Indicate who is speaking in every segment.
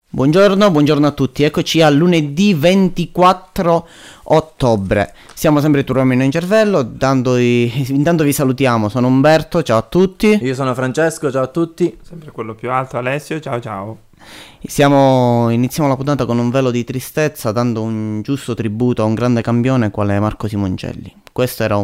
Speaker 1: Buongiorno a tutti, eccoci a lunedì 24 ottobre. Siamo sempre Turromino in cervello, intanto vi salutiamo, sono Umberto, ciao a tutti.
Speaker 2: Io sono Francesco, ciao a tutti.
Speaker 3: Sempre quello più alto, Alessio, ciao.
Speaker 1: Iniziamo la puntata con un velo di tristezza, dando un giusto tributo a un grande campione quale Marco Simoncelli. Questo era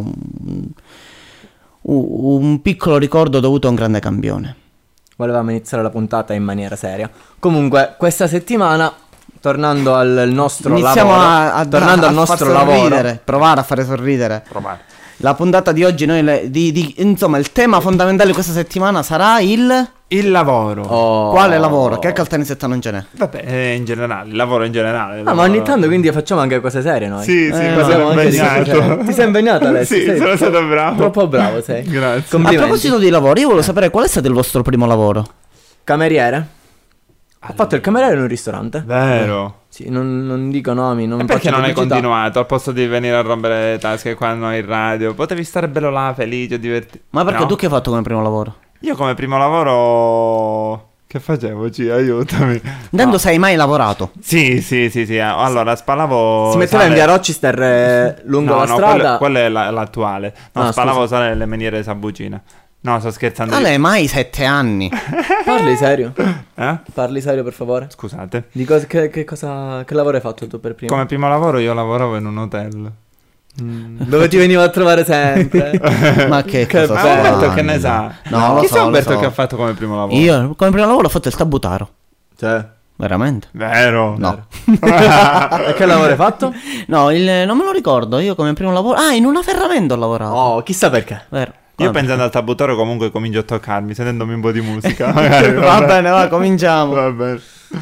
Speaker 1: un piccolo ricordo dovuto a un grande campione.
Speaker 2: Volevamo iniziare la puntata in maniera seria. Comunque, questa settimana, tornando al nostro lavoro,
Speaker 1: provare a fare sorridere. La puntata di oggi, insomma, il tema fondamentale di questa settimana sarà
Speaker 3: il lavoro.
Speaker 1: Quale lavoro? Che a Caltanissetta non ce n'è.
Speaker 3: Vabbè, in generale, il lavoro in generale.
Speaker 2: Ma ogni tanto quindi facciamo anche cose serie noi.
Speaker 3: Sì, mi sono impegnato.
Speaker 2: Ti sei impegnato Alessio?
Speaker 3: Sì, sono stato bravo.
Speaker 2: Troppo bravo sei.
Speaker 3: Grazie.
Speaker 1: A proposito di lavoro, io volevo sapere qual è stato il vostro primo lavoro.
Speaker 2: Cameriere. Ho fatto il cameriere in un ristorante.
Speaker 3: Vero.
Speaker 2: Sì, non dico nomi.
Speaker 3: E perché non hai continuato? Al posto di venire a rompere le tasche qua noi in radio, potevi stare bello là, felice, divertito.
Speaker 1: Ma perché tu che hai fatto come primo lavoro?
Speaker 3: Io come primo lavoro... Che facevo? Aiutami.
Speaker 1: Intanto sei mai lavorato?
Speaker 3: Sì. Allora, spalavo...
Speaker 2: Si metteva in via Rochester lungo la strada.
Speaker 3: Quello è l'attuale. Spalavo sale le miniere Sabucina. No, sto scherzando.
Speaker 1: Ma lei mai 7 anni?
Speaker 2: Parli serio?
Speaker 3: Parli
Speaker 2: serio per favore.
Speaker 3: Scusate.
Speaker 2: Che lavoro hai fatto tu per primo?
Speaker 3: Come primo lavoro io lavoravo in un hotel.
Speaker 2: Dove ti venivo a trovare sempre.
Speaker 1: Ma che
Speaker 3: Umberto che ne sa?
Speaker 1: No,
Speaker 3: Chi sa Umberto che ha fatto come primo lavoro?
Speaker 1: Io come primo lavoro ho fatto il tabutaro.
Speaker 2: Cioè
Speaker 1: veramente?
Speaker 3: Vero?
Speaker 1: No.
Speaker 2: E che lavoro hai fatto?
Speaker 1: No, non me lo ricordo. Io come primo lavoro in una ferramenta ho lavorato.
Speaker 2: Oh, chissà perché.
Speaker 1: Vero.
Speaker 3: Io pensando al tabutaro comunque comincio a toccarmi, sentendomi un po' di musica.
Speaker 1: Va bene, cominciamo.
Speaker 3: Va bene.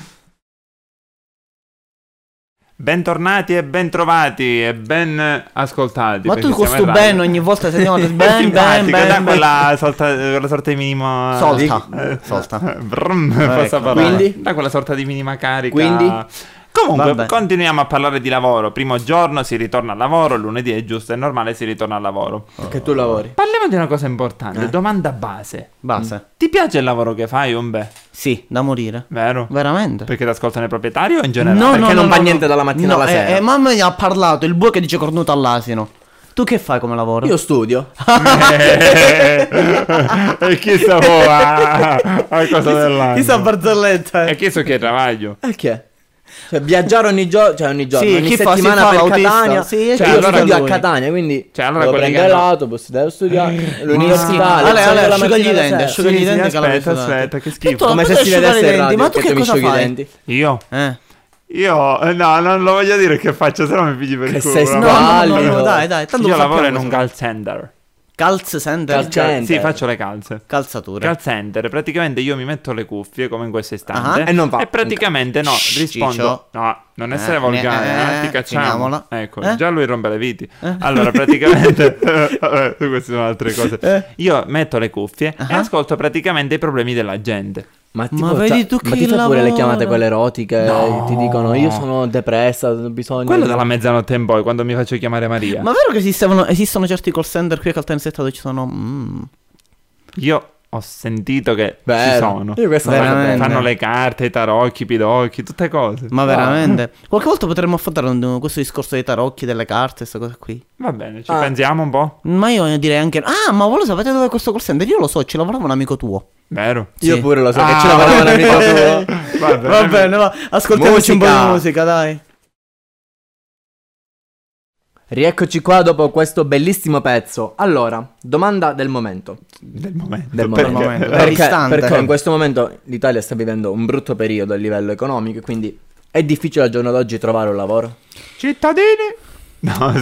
Speaker 3: Bentornati e bentrovati e ben ascoltati.
Speaker 1: Ma tu questo ben ogni volta sentiamo ben.
Speaker 3: Quella sorta di minimo
Speaker 1: Solta.
Speaker 3: Quindi? Da quella sorta di minima carica.
Speaker 2: Quindi?
Speaker 3: Comunque, continuiamo a parlare di lavoro. Primo giorno si ritorna al lavoro, lunedì è giusto, è normale, si ritorna al lavoro.
Speaker 2: Perché tu lavori.
Speaker 3: Parliamo di una cosa importante, domanda base. Ti piace il lavoro che fai, Umbe?
Speaker 1: Sì, da morire.
Speaker 3: Vero?
Speaker 1: Veramente.
Speaker 3: Perché ti ascoltano i proprietari o in generale?
Speaker 1: No,
Speaker 2: perché non fa niente dalla mattina alla sera.
Speaker 1: Mamma mi ha parlato, il bue che dice cornuto all'asino. Tu che fai come lavoro?
Speaker 2: Io studio.
Speaker 3: E chi sa a cosa dell'anno?
Speaker 1: Chi sa barzelletta?
Speaker 3: E chi so che travaglio?
Speaker 2: E che? Cioè viaggiare ogni giorno, ogni settimana per Catania.
Speaker 1: Sì,
Speaker 2: io studio a Catania, quindi
Speaker 3: allora
Speaker 2: prendere l'autobus, devo studiare l'università.
Speaker 1: Asciugagli i denti,
Speaker 3: aspetta, che schifo.
Speaker 2: Come se si vedesse il radio.
Speaker 1: Ma tu che cosa fai?
Speaker 3: Io? No, non lo voglio dire che faccio, se no mi pigli per il culo.
Speaker 2: Che sei
Speaker 1: no, dai, tanto
Speaker 3: io lavoro in un call center.
Speaker 1: Calz center?
Speaker 3: Sì, faccio le calze.
Speaker 1: Calzature.
Speaker 3: Call center. Praticamente io mi metto le cuffie come in questo istante.
Speaker 2: E non va.
Speaker 3: E praticamente rispondo.
Speaker 1: Ciccio.
Speaker 3: No, non essere volgare, ti cacciamo.
Speaker 1: Finiamola.
Speaker 3: Ecco, già lui rompe le viti. Allora, praticamente queste sono altre cose. Io metto le cuffie e ascolto praticamente i problemi della gente.
Speaker 2: Ma
Speaker 1: vedi tu che
Speaker 2: ti fa pure le chiamate quelle erotiche?
Speaker 3: No.
Speaker 2: Ti dicono io sono depressa, ho bisogno.
Speaker 3: Quello dalla mezzanotte in poi, quando mi faccio chiamare Maria.
Speaker 1: Ma vero che esistono certi call center qui a Caltanissetta dove ci sono
Speaker 3: Io ho sentito che ci sono.
Speaker 2: Io
Speaker 3: fanno le carte, i tarocchi, i pidocchi, tutte cose.
Speaker 1: Ma veramente? Qualche volta potremmo affrontare questo discorso dei tarocchi, delle carte, queste cose qui.
Speaker 3: Va bene, ci pensiamo un po'.
Speaker 1: Ma io direi anche ma voi lo sapete dove è questo call center? Io lo so, ci lavorava un amico tuo.
Speaker 3: Vero?
Speaker 2: Sì. Io pure lo so che ci lavorava un amico tuo.
Speaker 1: Va bene, ascoltiamoci un po' di musica, dai.
Speaker 2: Rieccoci qua dopo questo bellissimo pezzo. Allora, domanda del momento. Perché in questo momento l'Italia sta vivendo un brutto periodo a livello economico, quindi è difficile al giorno d'oggi trovare un lavoro.
Speaker 3: Cittadini! No,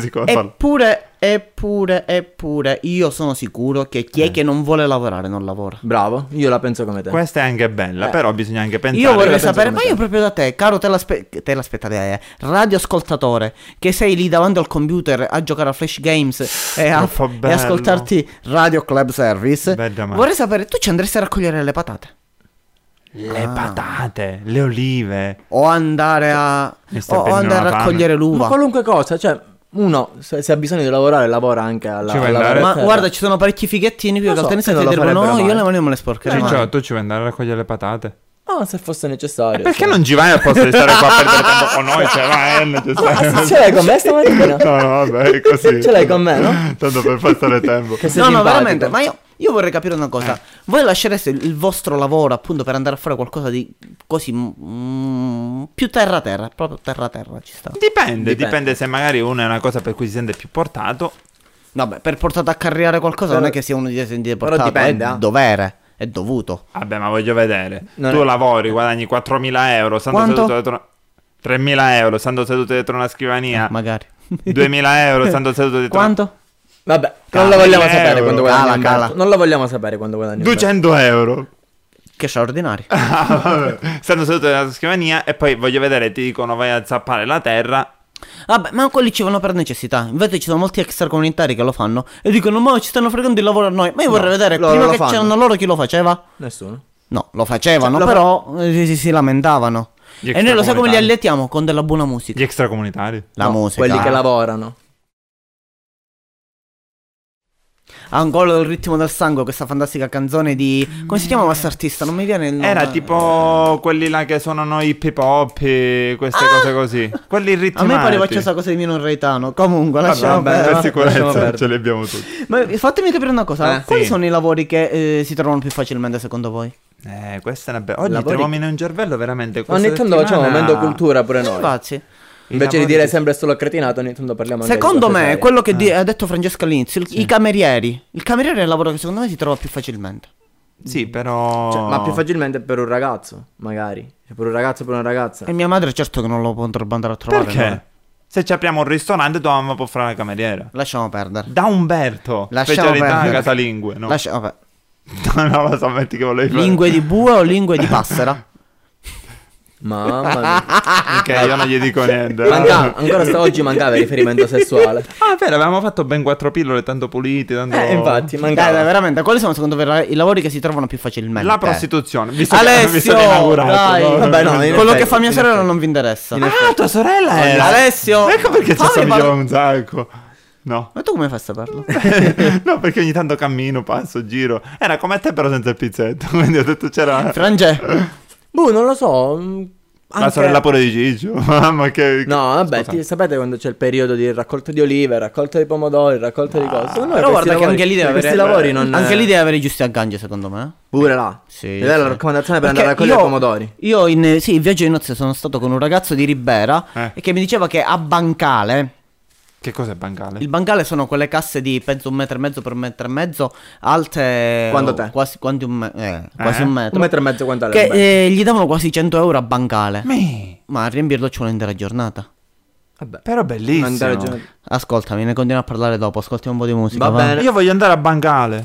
Speaker 1: Eppure, io sono sicuro che chi è che non vuole lavorare non lavora.
Speaker 2: Bravo, io la penso come te.
Speaker 3: Questa è anche bella, però bisogna anche pensare.
Speaker 1: Io vorrei sapere, ma io proprio da te, caro telespettatore, radioascoltatore, che sei lì davanti al computer a giocare a Flash Games e ascoltarti Radio Club Service. Vorrei sapere, tu ci andresti a raccogliere le patate?
Speaker 3: Le patate, le olive.
Speaker 1: O andare a raccogliere l'uva.
Speaker 2: Ma qualunque cosa, cioè uno se ha bisogno di lavorare lavora anche alla
Speaker 1: ma guarda, ci sono parecchi fighettini qui a Caltanissetta che dicono no, io le mani non me le sporcherei.
Speaker 3: Tu ci vuoi andare a raccogliere le patate?
Speaker 2: Se fosse necessario.
Speaker 3: Perché non ci vai al posto di stare qua a perdere tempo con noi? Cioè, ma è necessario.
Speaker 2: Ce l'hai con me stamattina?
Speaker 3: No, vabbè, è così.
Speaker 2: Ce l'hai con me, no?
Speaker 3: Tanto per passare tempo.
Speaker 1: No, veramente. Ma io vorrei capire una cosa. Voi lascereste il vostro lavoro appunto per andare a fare qualcosa di così più terra-terra? Proprio terra-terra ci sta.
Speaker 3: Dipende se magari uno è una cosa per cui si sente più portato.
Speaker 1: Vabbè, per portato a carriare qualcosa non è che sia uno di sentire portato.
Speaker 2: Però dipende,
Speaker 1: è dovere. È dovuto.
Speaker 3: Vabbè, ma voglio vedere. Tu lavori, guadagni 4.000 euro.
Speaker 1: Quanto?
Speaker 3: 3.000 euro stando seduto dietro una scrivania.
Speaker 1: Magari.
Speaker 3: 2.000 euro stando seduto dietro.
Speaker 1: Quando?
Speaker 2: Vabbè, non lo vogliamo sapere quando guadagni.
Speaker 1: Cala.
Speaker 2: Non lo vogliamo sapere quando guadagni.
Speaker 3: 200 euro.
Speaker 1: Che straordinario.
Speaker 3: Stando seduto dietro una scrivania. E poi voglio vedere, ti dicono vai a zappare la terra.
Speaker 1: Vabbè, ma quelli ci vanno per necessità. Invece ci sono molti extracomunitari che lo fanno e dicono ma ci stanno fregando il lavoro a noi. Ma io vorrei vedere prima che c'erano loro chi lo faceva.
Speaker 2: Nessuno.
Speaker 1: No, lo facevano, però si lamentavano. E noi lo sai come li alletiamo? Con della buona musica.
Speaker 3: Gli extracomunitari?
Speaker 1: La musica.
Speaker 2: Quelli che lavorano.
Speaker 1: Ancora il ritmo del sangue, questa fantastica canzone di... Come si chiama questo artista? Non mi viene il nome.
Speaker 3: Era tipo quelli là che suonano hip hop, queste cose così. Quelli ritmati.
Speaker 1: A me pareva questa cosa di Mino Reitano. Comunque, lasciamo
Speaker 3: per
Speaker 1: perdere.
Speaker 3: sicurezza ce li abbiamo tutti.
Speaker 1: Ma fatemi capire una cosa. Quali
Speaker 3: sì.
Speaker 1: sono i lavori che si trovano più facilmente secondo voi?
Speaker 3: Questa è una bella... Oggi troviamo in un cervello veramente.
Speaker 2: Ogni tanto facciamo un momento cultura pure noi.
Speaker 1: Grazie.
Speaker 2: Invece di dire sempre solo cretinato, ogni tanto parliamo anche
Speaker 1: secondo
Speaker 2: di cose
Speaker 1: me,
Speaker 2: serie.
Speaker 1: quello che ha detto Francesca all'inizio, i camerieri. Il cameriere è il lavoro che secondo me si trova più facilmente.
Speaker 3: Sì, però...
Speaker 2: ma più facilmente per un ragazzo, magari. Per un ragazzo, per una ragazza.
Speaker 1: E mia madre certo che non lo potrebbe andare a trovare.
Speaker 3: Perché?
Speaker 1: No?
Speaker 3: Se ci apriamo un ristorante, tua mamma può fare la cameriera.
Speaker 1: Lasciamo perdere.
Speaker 3: Da Umberto.
Speaker 1: Lasciamo
Speaker 3: specialità
Speaker 1: perdere.
Speaker 3: casalingue, no?
Speaker 1: Vabbè.
Speaker 3: No, lo so, metti che volevi fare.
Speaker 1: Lingue di bue o lingue di passera?
Speaker 2: Mamma mia.
Speaker 3: Ok, io non gli dico niente.
Speaker 2: Ancora oggi mancava il riferimento sessuale.
Speaker 3: Vero, avevamo fatto ben 4 pillole tanto pulite, tanto...
Speaker 2: Infatti, mancava.
Speaker 1: Dai, veramente, quali sono secondo voi i lavori che si trovano più facilmente?
Speaker 3: La prostituzione. Visto
Speaker 1: Alessio,
Speaker 3: che è inaugurato,
Speaker 1: dai.
Speaker 3: no?
Speaker 2: Vabbè, no,
Speaker 1: quello che fa mia sorella non vi interessa.
Speaker 3: tua sorella è...
Speaker 1: Alessio,
Speaker 3: Ecco perché ci somigliava un sacco. No.
Speaker 1: Ma tu come fai a saperlo?
Speaker 3: No, perché ogni tanto cammino, passo, giro. Era come te però senza il pizzetto. Quindi ho detto c'era...
Speaker 1: Frange.
Speaker 2: Non lo so.
Speaker 3: La sorella pure di Ciccio. Mamma che...
Speaker 2: No, vabbè, sapete quando c'è il periodo di raccolta di olive, raccolta di pomodori, raccolta di cose.
Speaker 1: Però guarda che anche lì deve avere...
Speaker 2: lavori non...
Speaker 1: Anche lì deve avere i giusti agganci secondo me.
Speaker 2: Pure là.
Speaker 1: Sì.
Speaker 2: Ed è la raccomandazione per andare a raccogliere i pomodori.
Speaker 1: Io in viaggio di nozze sono stato con un ragazzo di Ribera e che mi diceva che a Bancale...
Speaker 3: Che cos'è bancale?
Speaker 1: Il bancale sono quelle casse di penso 1,5 metri per 1,5 metri, alte
Speaker 2: quanto te?
Speaker 1: quasi un metro.
Speaker 2: 1,5 metri quanto
Speaker 1: che gli davano quasi 100 euro a bancale.
Speaker 3: Mi.
Speaker 1: Ma a riempirlo ci vuole un'intera giornata.
Speaker 2: Vabbè.
Speaker 3: Però bellissimo.
Speaker 1: Ascoltami, ne continuo a parlare dopo. Ascoltiamo un po' di musica.
Speaker 2: Va bene.
Speaker 3: Io voglio andare a bancale.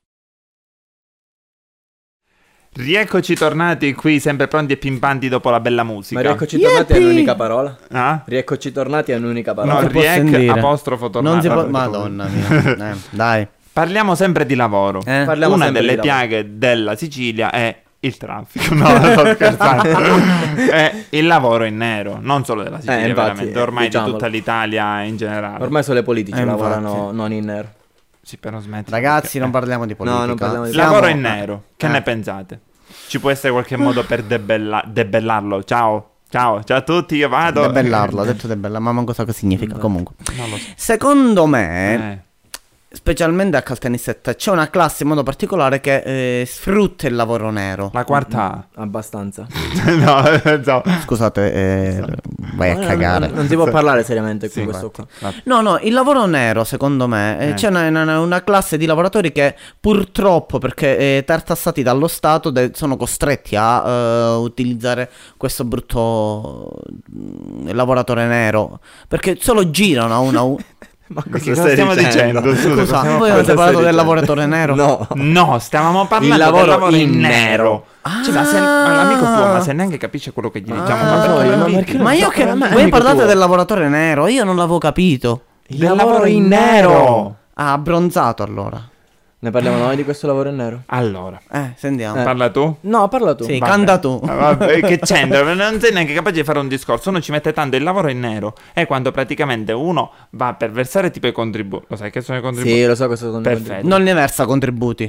Speaker 3: Rieccoci tornati qui, sempre pronti e pimpanti dopo la bella musica.
Speaker 2: Ma rieccoci tornati è un'unica parola?
Speaker 3: Ah?
Speaker 2: Rieccoci tornati è un'unica parola.
Speaker 3: No, apostrofo tornati.
Speaker 1: Non si può... Madonna mia. Dai.
Speaker 3: Parliamo sempre di lavoro. Una delle piaghe della Sicilia è il traffico. No, sto scherzando. È il lavoro in nero, non solo della Sicilia,
Speaker 2: infatti,
Speaker 3: veramente, ormai
Speaker 2: diciamolo.
Speaker 3: di tutta l'Italia in generale.
Speaker 2: Ormai solo i politici
Speaker 1: Infatti.
Speaker 2: lavorano non in nero.
Speaker 3: Sì, però smetti.
Speaker 1: Ragazzi, non parliamo di politica.
Speaker 2: No, non parliamo di
Speaker 3: Lavoro in nero. Che ne pensate? Ci può essere qualche modo per debellarlo? Ciao a tutti, io vado.
Speaker 1: Debellarlo, ho detto debellarlo, ma non so cosa significa. Comunque,
Speaker 3: Non lo so.
Speaker 1: secondo me, specialmente a Caltanissetta, c'è una classe in modo particolare che sfrutta il lavoro nero.
Speaker 3: La quarta
Speaker 2: Abbastanza.
Speaker 3: no.
Speaker 1: Scusate, vai a cagare.
Speaker 2: Non si può parlare seriamente con questo qua.
Speaker 1: No, il lavoro nero, secondo me, c'è una classe di lavoratori che purtroppo, perché tartassati dallo Stato, sono costretti a utilizzare questo brutto lavoratore nero, perché solo girano a uno.
Speaker 3: Ma cosa stiamo dicendo?
Speaker 1: Scusa, voi avete parlato del lavoratore nero?
Speaker 3: No, stavamo parlando del lavoro in nero. L'amico tuo, ma se neanche capisce quello che gli diciamo.
Speaker 1: Ma io che... Voi parlate del lavoratore nero, io non l'avevo capito.
Speaker 3: Il lavoro in nero.
Speaker 1: Ah, abbronzato allora.
Speaker 2: Ne parliamo noi di questo lavoro in nero?
Speaker 3: Allora,
Speaker 1: sentiamo.
Speaker 3: parla tu?
Speaker 2: No, parla tu.
Speaker 1: Sì, canta tu.
Speaker 3: Vabbè, che c'entra? Non sei neanche capace di fare un discorso. Uno ci mette tanto. Il lavoro in nero è quando praticamente uno va per versare tipo i contributi. Lo sai che sono i contributi?
Speaker 2: Sì, lo so cosa sono i
Speaker 3: Perfetto.
Speaker 2: contributi.
Speaker 1: Non ne versa contributi.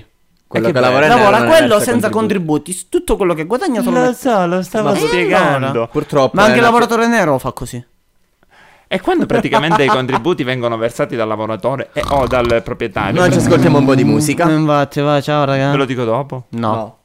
Speaker 2: quello
Speaker 1: che lavora quello senza contributi. Tutto quello che guadagna solo
Speaker 3: lo stavo spiegando.
Speaker 2: Purtroppo.
Speaker 1: Ma anche il lavoratore nero fa così.
Speaker 3: E quando praticamente i contributi vengono versati dal lavoratore o dal proprietario?
Speaker 2: Noi ci ascoltiamo un po' di musica.
Speaker 1: Infatti, va, ciao ragazzi.
Speaker 3: Ve lo dico dopo?
Speaker 1: No.